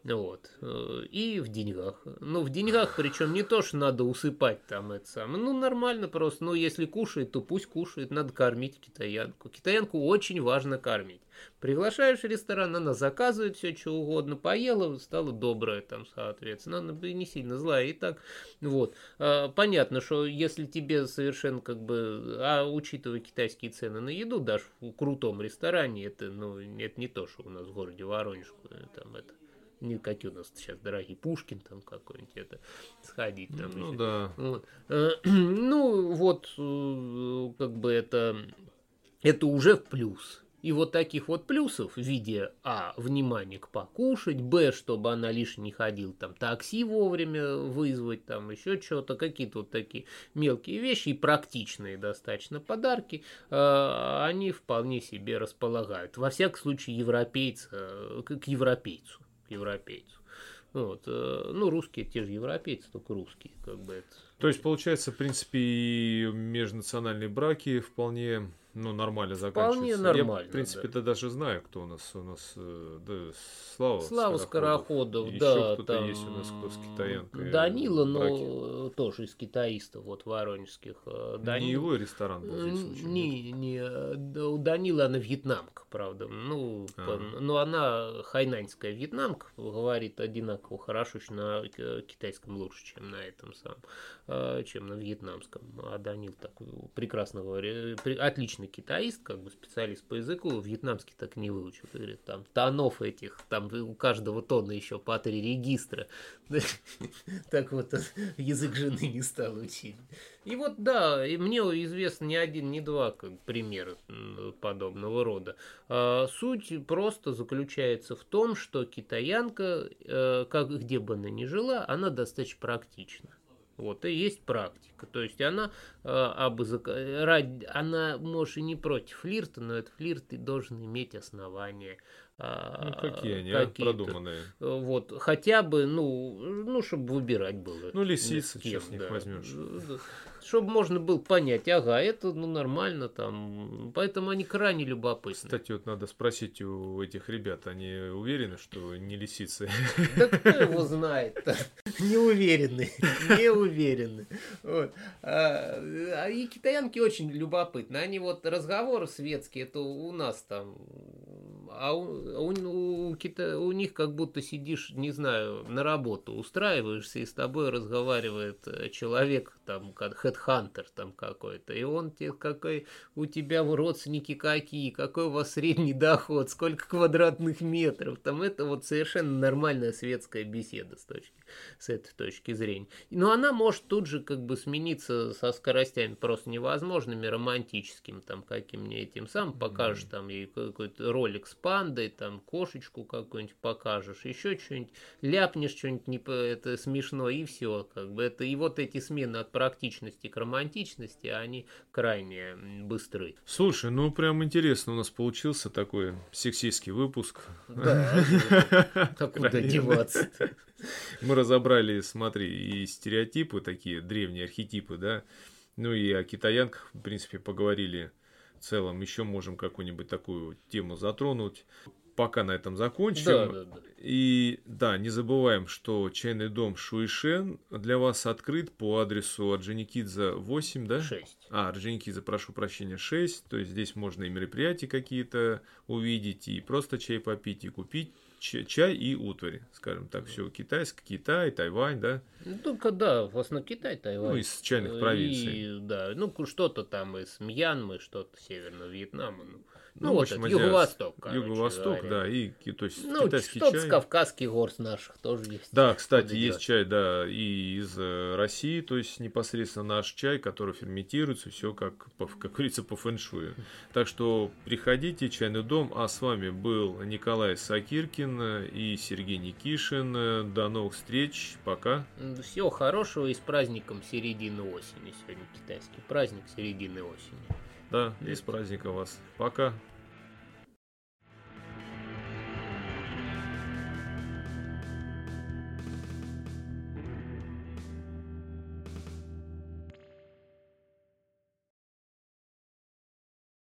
Вот. И в деньгах. Ну, в деньгах, причем не то, что надо усыпать там это самое. Ну, нормально просто. Ну, если кушает, то пусть кушает. Надо кормить китаянку. Китаянку очень важно кормить. Приглашаешь в ресторан, она заказывает все, что угодно. Поела, стала добрая там, соответственно. Она не сильно злая. И так, вот. Понятно, что если тебе совершенно как бы... А учитывая китайские цены на еду, даже в крутом ресторане, это, ну, это не то, что у нас в городе Воронеж. Там это... Не какие у нас сейчас дорогие, Пушкин там какой-нибудь, это сходить там. Ну еще. да. Вот. Ну вот, как бы это, это уже в плюс. И вот таких вот плюсов в виде а. Внимания к покушать, б. Чтобы она лишний не ходила, там такси вовремя вызвать, там еще что-то, какие-то вот такие мелкие вещи и практичные достаточно подарки, э, они вполне себе располагают. Во всяком случае, европейца, к европейцу. Европейцу. Вот. Ну, русские те же европейцы, только русские, как бы это. То есть, получается, в принципе, и межнациональные браки вполне, ну, нормально заканчиваются. Вполне нормально. Я, в принципе, да. да, даже знаю, кто у нас. У нас, да, Слава, Слава Скороходов. Скороходов, Еще да. кто-то Там есть у нас, кто с китаянкой. Данила, но тоже из китаистов, вот, воронежских. Дани... Не его ресторан был здесь случай, Не, не, у Данилы она вьетнамка, правда. Ну, по, но она хайнаньская вьетнамка, говорит одинаково хорошо, что на китайском лучше, чем на этом самом, чем на вьетнамском. А Данил так прекрасно говорит, отличный китаист, как бы специалист по языку, вьетнамский так не выучил. Говорит, там тонов этих, там у каждого тона еще по три регистра. Так вот, язык жены не стал учить. И вот, да, и мне известно не один, не два как примера подобного рода. А, суть просто заключается в том, что китаянка, как где бы она ни жила, она достаточно практична. Вот, и есть практика. То есть она, э, об, ради, она, может, и не против флирта, но этот флирт и должен иметь основания. Ну, какие они, а, продуманные. Вот, хотя бы, ну, ну, чтобы выбирать было. Ну, лисицы, сейчас да. Них возьмешь. Чтобы можно было понять, ага, это, ну, нормально там. Поэтому они крайне любопытны. Кстати, вот надо спросить у этих ребят, они уверены, что не лисицы? Да кто его знает? Не уверены, не уверены. Вот. А, и китаянки очень любопытны. Они вот разговоры светские, это у нас там, а у, у, у, кита, у них как будто сидишь, не знаю, на работу устраиваешься, и с тобой разговаривает человек, там, как хедхантер там какой-то, и он тебе, какой у тебя родственники какие, какой у вас средний доход, сколько квадратных метров, там это вот совершенно нормальная светская беседа с точки, с этой точки зрения. Но она может тут же как бы смениться со скоростями просто невозможными, романтическим, там, каким-нибудь этим самым, покажешь там ей какой-то ролик с пандой, там, кошечку какую-нибудь покажешь, еще что-нибудь, ляпнешь что-нибудь не, это, смешно, и все, как бы, это, и вот эти смены от практичности к романтичности, они крайне быстры. Слушай, ну, прям интересно у нас получился такой сексистский выпуск. Да, как куда деваться? Мы разобрали, смотри, и стереотипы, такие древние архетипы, да, ну и о китаянках, в принципе, поговорили в целом. Еще можем какую-нибудь такую тему затронуть. Пока на этом закончим. Да, да, да. И да, не забываем, что чайный дом Шуйшен для вас открыт по адресу Орджоникидзе восемь, да? шесть. А, Орджоникидзе, прошу прощения, шесть. То есть здесь можно и мероприятия какие-то увидеть, и просто чай попить, и купить чай и утварь, скажем так, все китайское, Китай, Тайвань, да? Ну, только, да, в основном Китай, Тайвань. Ну, из чайных провинций. И, да, ну, что-то там из Мьянмы, что-то Северного Вьетнама. Ну, ну, ну вот общем, это, Юго-Восток, Юго-Восток, говоря. да, и то есть ну, китайский что-то чай. с Кавказских гор наших тоже есть. Да, кстати, Куда есть делать? чай, да, и из России, то есть непосредственно наш чай, который ферментируется, все как, как говорится, по фэншую. Так что приходите, чайный дом, а с вами был Николай Сакиркин и Сергей Никишин. До новых встреч, пока. Всего хорошего и с праздником середины осени. Сегодня китайский праздник середины осени. Да, и с праздником вас. Пока.